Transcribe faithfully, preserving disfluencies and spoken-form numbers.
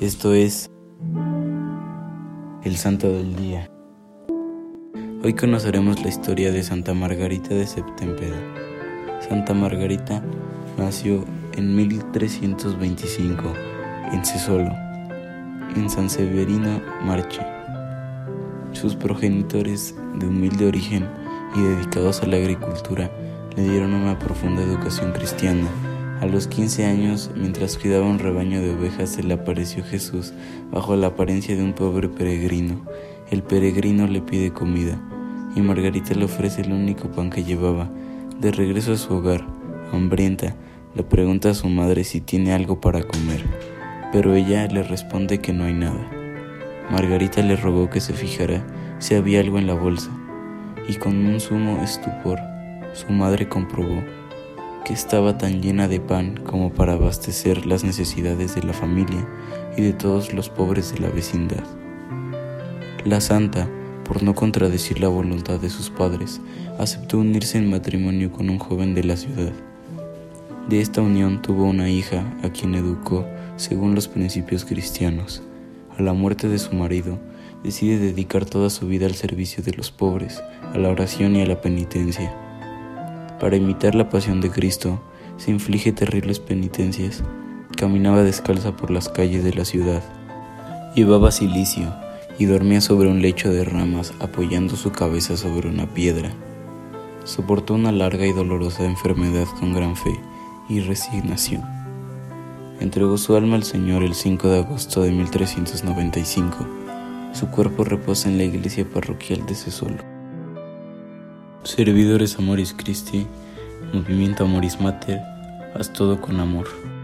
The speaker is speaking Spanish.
Esto es el Santo del Día. Hoy conoceremos la historia de Santa Margarita de Septémpera. Santa Margarita nació en mil trescientos veinticinco en Cesolo, en San Severino Marche. Sus progenitores, de humilde origen y dedicados a la agricultura, le dieron una profunda educación cristiana. A los quince años, mientras cuidaba un rebaño de ovejas, se le apareció Jesús bajo la apariencia de un pobre peregrino. El peregrino le pide comida y Margarita le ofrece el único pan que llevaba. De regreso a su hogar, hambrienta, le pregunta a su madre si tiene algo para comer, pero ella le responde que no hay nada. Margarita le rogó que se fijara si había algo en la bolsa, y con un sumo estupor, su madre comprobó que estaba tan llena de pan como para abastecer las necesidades de la familia y de todos los pobres de la vecindad. La santa, por no contradecir la voluntad de sus padres, aceptó unirse en matrimonio con un joven de la ciudad. De esta unión tuvo una hija a quien educó según los principios cristianos. A la muerte de su marido, decide dedicar toda su vida al servicio de los pobres, a la oración y a la penitencia. Para imitar la pasión de Cristo, se inflige terribles penitencias. Caminaba descalza por las calles de la ciudad. Llevaba cilicio y dormía sobre un lecho de ramas, apoyando su cabeza sobre una piedra. Soportó una larga y dolorosa enfermedad con gran fe y resignación. Entregó su alma al Señor el cinco de agosto de mil trescientos noventa y cinco. Su cuerpo reposa en la iglesia parroquial de Cesolo. Servidores Amoris Christi, Movimiento Amoris Mater, haz todo con amor.